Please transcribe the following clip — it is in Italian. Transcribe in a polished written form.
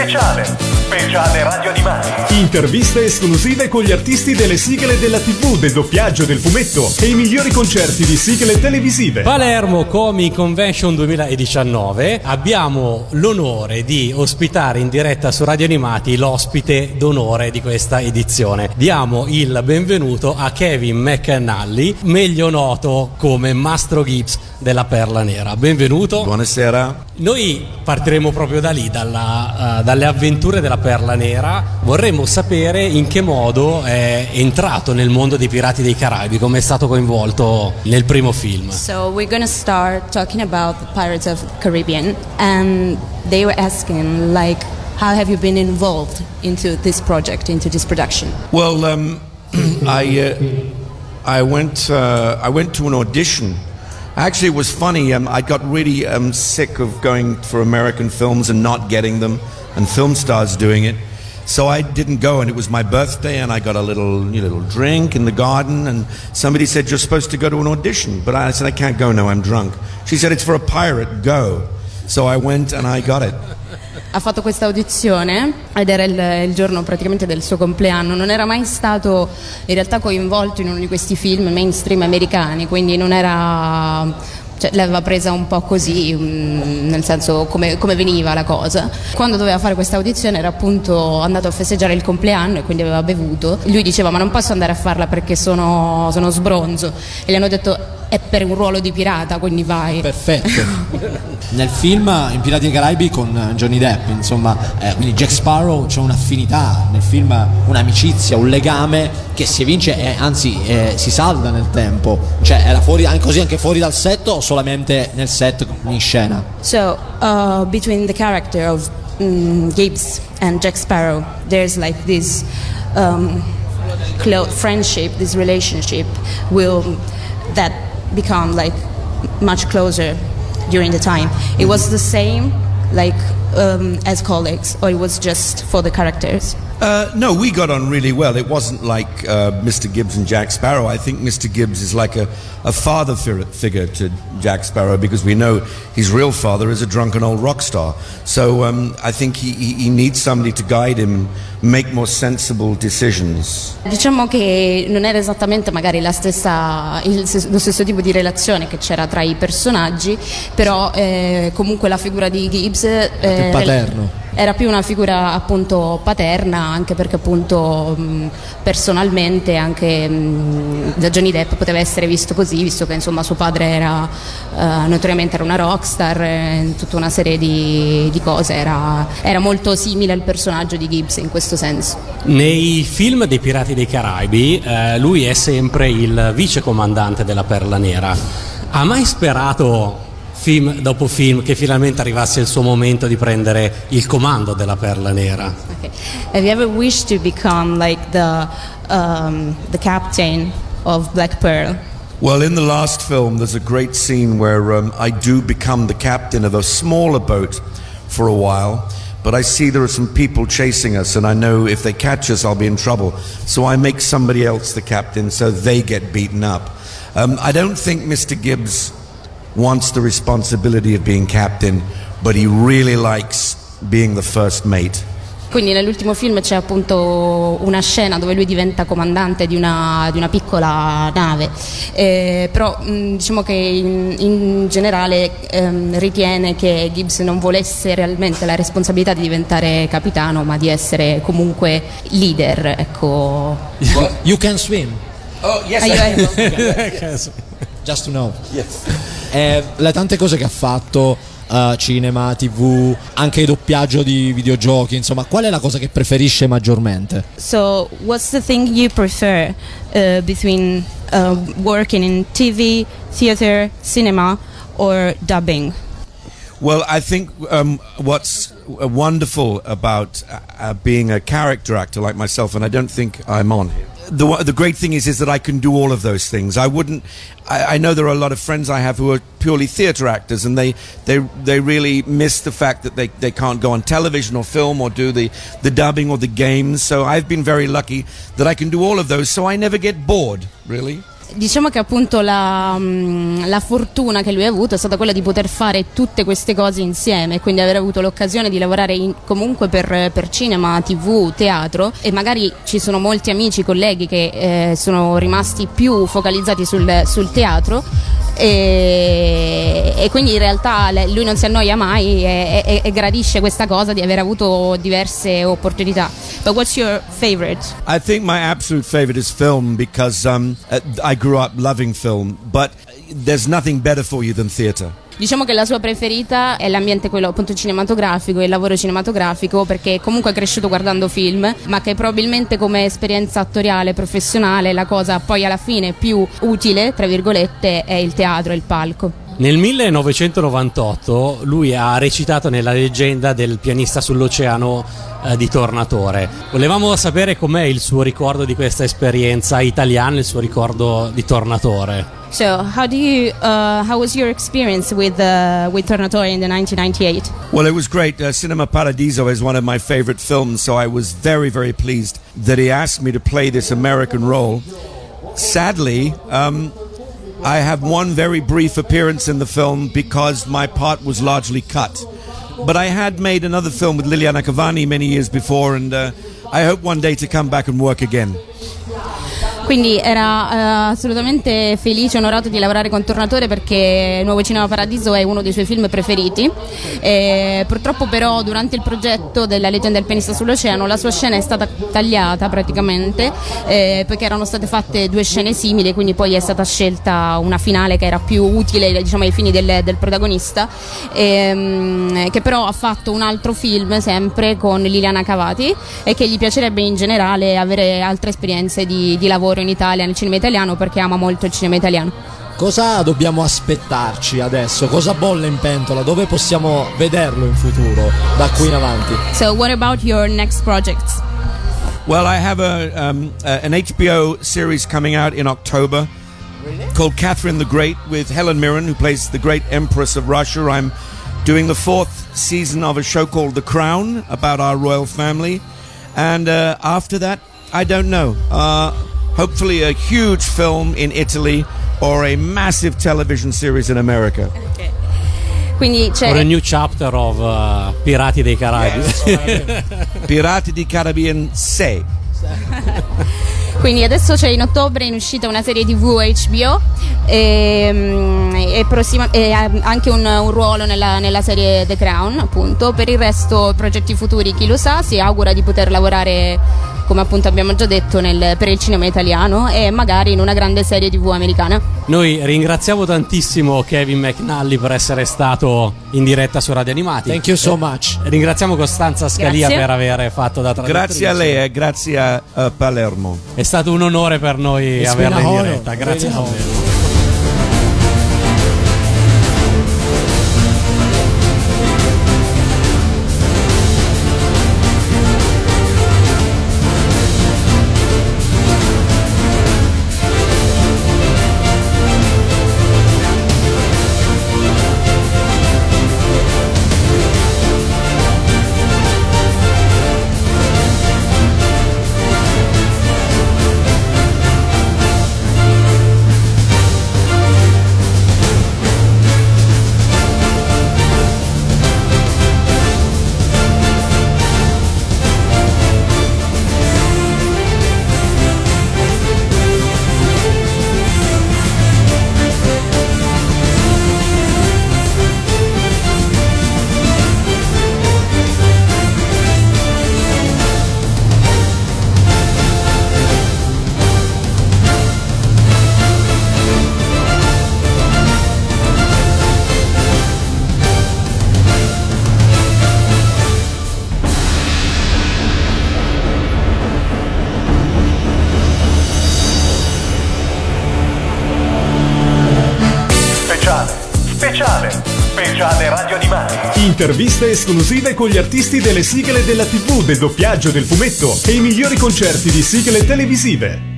Speciale Radio Animati. Interviste esclusive con gli artisti delle sigle della TV, del doppiaggio, del fumetto e i migliori concerti di sigle televisive. Palermo Comic Convention 2019. Abbiamo l'onore di ospitare in diretta su Radio Animati l'ospite d'onore di questa edizione. Diamo il benvenuto a Kevin McNally, meglio noto come Mastro Gibbs della Perla Nera. Benvenuto. Buonasera. Noi partiremo proprio da lì, dalle avventure della Perla Nera. Vorremmo sapere in che modo è entrato nel mondo dei Pirati dei Caraibi, come è stato coinvolto nel primo film. So we're going to start talking about the Pirates of the Caribbean, and they were asking, like, how have you been involved into this project, into this production? Well, I went to an audition. Actually, it was funny. I got really sick of going for American films and not getting them, and film stars doing it. So I didn't go, and it was my birthday, and I got a little drink in the garden, and somebody said, "You're supposed to go to an audition." But I said, "I can't go now, I'm drunk." She said, "It's for a pirate, go." So I went and I got it. Ha fatto questa audizione ed era il giorno praticamente del suo compleanno. Non era mai stato in realtà coinvolto in uno di questi film mainstream americani, quindi non era, cioè, l'aveva presa un po' così, nel senso come veniva la cosa. Quando doveva fare questa audizione era appunto andato a festeggiare il compleanno e quindi aveva bevuto. Lui diceva: ma non posso andare a farla perché sono sbronzo, e gli hanno detto: è per un ruolo di pirata, quindi vai. Perfetto. Nel film in Pirati dei Caraibi con Johnny Depp, insomma, quindi Jack Sparrow, c'è un'affinità nel film, un'amicizia, un legame che si evince e anzi si salda nel tempo. Cioè era fuori, così anche fuori dal set o solamente nel set in scena? So between the character of Gibbs and Jack Sparrow, there's like this close friendship, this relationship that become like much closer during the time. It was the same like as colleagues, or it was just for the characters? No, we got on really well. It wasn't like Mr. Gibbs and Jack Sparrow. I think Mr. Gibbs is like a father figure to Jack Sparrow, because we know his real father is a drunken old rock star. So I think he needs somebody to guide him, make more sensible decisions. Diciamo che non era esattamente magari lo stesso tipo di relazione che c'era tra i personaggi, però comunque la figura di Gibbs più paterno. Era più una figura appunto paterna, anche perché appunto personalmente anche da Johnny Depp poteva essere visto così, visto che insomma suo padre era notoriamente era una rockstar, tutta una serie di cose, era molto simile al personaggio di Gibbs in questo senso. Nei film dei Pirati dei Caraibi lui è sempre il vicecomandante della Perla Nera. Ha mai sperato, film dopo film, che finalmente arrivasse il suo momento di prendere il comando della Perla Nera? Okay. Have you ever wished to become like the captain of Black Pearl? Well, in the last film, there's a great scene where I do become the captain of a smaller boat for a while, but I see there are some people chasing us, and I know if they catch us, I'll be in trouble. So I make somebody else the captain so they get beaten up. I don't think Mr. Gibbs wants the responsibility of being captain, but he really likes being the first mate. Quindi nell'ultimo film c'è appunto una scena dove lui diventa comandante di una piccola nave, però diciamo che in generale ritiene che Gibbs non volesse realmente la responsabilità di diventare capitano, ma di essere comunque leader, ecco. You can swim. Oh, yes, I Just to know. Yes. Le tante cose che ha fatto, cinema, TV, anche doppiaggio di videogiochi, insomma, qual è la cosa che preferisce maggiormente? So, what's the thing you prefer between working in TV, theater, cinema or dubbing? Well, I think what's wonderful about being a character actor like myself, and I don't think I'm on here, the great thing is that I can do all of those things. I know there are a lot of friends I have who are purely theatre actors, and they really miss the fact that they can't go on television or film or do the dubbing or the games. So I've been very lucky that I can do all of those, so I never get bored, really. Diciamo che appunto la fortuna che lui ha avuto è stata quella di poter fare tutte queste cose insieme, quindi aver avuto l'occasione di lavorare comunque per cinema, TV, teatro, e magari ci sono molti amici, colleghi che sono rimasti più focalizzati sul teatro, e quindi in realtà lui non si annoia mai e gradisce questa cosa di aver avuto diverse opportunità. But what's your favorite? I think my absolute favorite is film because I grew up loving film, but there's nothing better for you than theater. Diciamo che la sua preferita è l'ambiente quello appunto cinematografico, il lavoro cinematografico, perché comunque è cresciuto guardando film, ma che probabilmente come esperienza attoriale, professionale, la cosa poi alla fine più utile, tra virgolette, è il teatro e il palco. Nel 1998 lui ha recitato nella Leggenda del pianista sull'oceano di Tornatore. Volevamo sapere com'è il suo ricordo di questa esperienza italiana, il suo ricordo di Tornatore. So, how was your experience with Tornatore in the 1998? Well, it was great. Cinema Paradiso is one of my favorite films, so I was very, very pleased that he asked me to play this American role. Sadly, I have one very brief appearance in the film because my part was largely cut. But I had made another film with Liliana Cavani many years before, and I hope one day to come back and work again. Quindi era assolutamente felice e onorato di lavorare con Tornatore, perché Nuovo Cinema Paradiso è uno dei suoi film preferiti. Purtroppo però durante il progetto della Leggenda del pianista sull'oceano la sua scena è stata tagliata praticamente, perché erano state fatte due scene simili, quindi poi è stata scelta una finale che era più utile, diciamo, ai fini del protagonista, che però ha fatto un altro film sempre con Liliana Cavati e che gli piacerebbe in generale avere altre esperienze di lavoro in Italia, nel cinema italiano, perché ama molto il cinema italiano. Cosa dobbiamo aspettarci adesso? Cosa bolle in pentola? Dove possiamo vederlo in futuro da qui in avanti? So what about your next projects? Well, I have an HBO series coming out in October called Catherine the Great with Helen Mirren, who plays the great Empress of Russia. I'm doing the 4th season of a show called The Crown about our royal family. And after that, I don't know. Hopefully a huge film in Italy or a massive television series in America. Okay. Quindi c'è Or a new chapter of Pirati dei Caraibi. Yes. Pirati di Caribbean 6. Quindi adesso c'è in ottobre in uscita una serie TV HBO e anche un ruolo nella serie The Crown, appunto. Per il resto progetti futuri chi lo sa, si augura di poter lavorare, come appunto abbiamo già detto, per il cinema italiano e magari in una grande serie TV americana. Noi ringraziamo tantissimo Kevin McNally per essere stato in diretta su Radio Animati. Thank you so much. Ringraziamo Costanza Scalia Grazie. per aver fatto da traduttrice. Grazie a lei e grazie a Palermo. È stato un onore per noi It's averla in been a honor. diretta. Grazie Really davvero. Speciale Radio Animati. Interviste esclusive con gli artisti delle sigle della TV, del doppiaggio, del fumetto e i migliori concerti di sigle televisive.